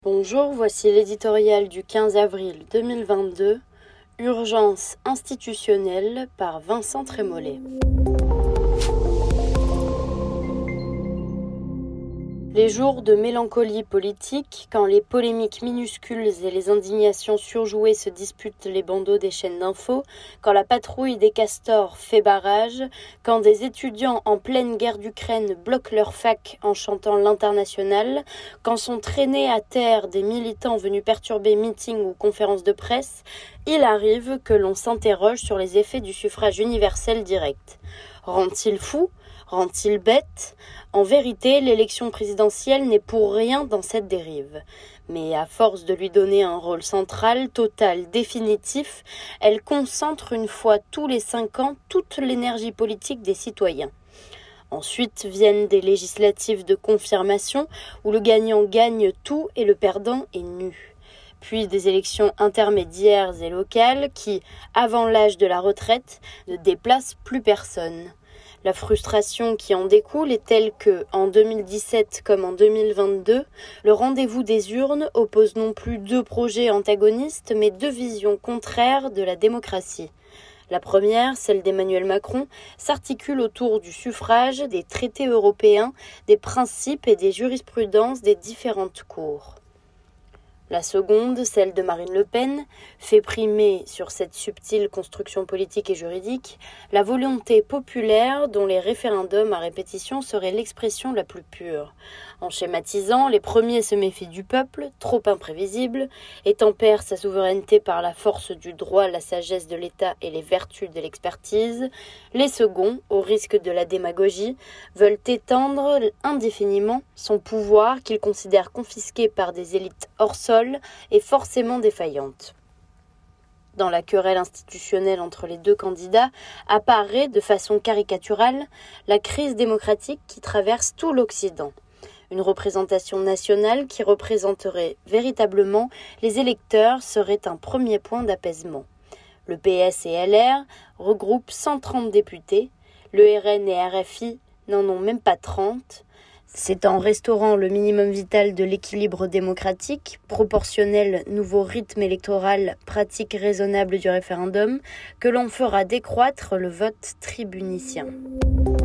Bonjour, voici l'éditorial du 15 avril 2022, Urgence institutionnelle par Vincent Trémollet. Les jours de mélancolie politique, quand les polémiques minuscules et les indignations surjouées se disputent les bandeaux des chaînes d'infos, quand la patrouille des castors fait barrage, quand des étudiants en pleine guerre d'Ukraine bloquent leur fac en chantant l'international, quand sont traînés à terre des militants venus perturber meetings ou conférences de presse, il arrive que l'on s'interroge sur les effets du suffrage universel direct. Rend-il fou ? Rend-il bête ? En vérité, l'élection présidentielle n'est pour rien dans cette dérive. Mais à force de lui donner un rôle central, total, définitif, elle concentre une fois tous les 5 ans toute l'énergie politique des citoyens. Ensuite viennent des législatives de confirmation où le gagnant gagne tout et le perdant est nu. Puis des élections intermédiaires et locales qui, avant l'âge de la retraite, ne déplacent plus personne. La frustration qui en découle est telle que, en 2017 comme en 2022, le rendez-vous des urnes oppose non plus 2 projets antagonistes, mais 2 visions contraires de la démocratie. La première, celle d'Emmanuel Macron, s'articule autour du suffrage, des traités européens, des principes et des jurisprudences des différentes cours. La seconde, celle de Marine Le Pen, fait primer sur cette subtile construction politique et juridique la volonté populaire dont les référendums à répétition seraient l'expression la plus pure. En schématisant, les premiers se méfient du peuple, trop imprévisible, et tempèrent sa souveraineté par la force du droit, la sagesse de l'État et les vertus de l'expertise. Les seconds, au risque de la démagogie, veulent étendre indéfiniment son pouvoir qu'ils considèrent confisqué par des élites hors sol et forcément défaillante. Dans la querelle institutionnelle entre les 2 candidats apparaît de façon caricaturale la crise démocratique qui traverse tout l'Occident. Une représentation nationale qui représenterait véritablement les électeurs serait un premier point d'apaisement. Le PS et LR regroupent 130 députés, le RN et RFI n'en ont même pas 30. C'est en restaurant le minimum vital de l'équilibre démocratique, proportionnel nouveau rythme électoral, pratique raisonnable du référendum, que l'on fera décroître le vote tribunicien.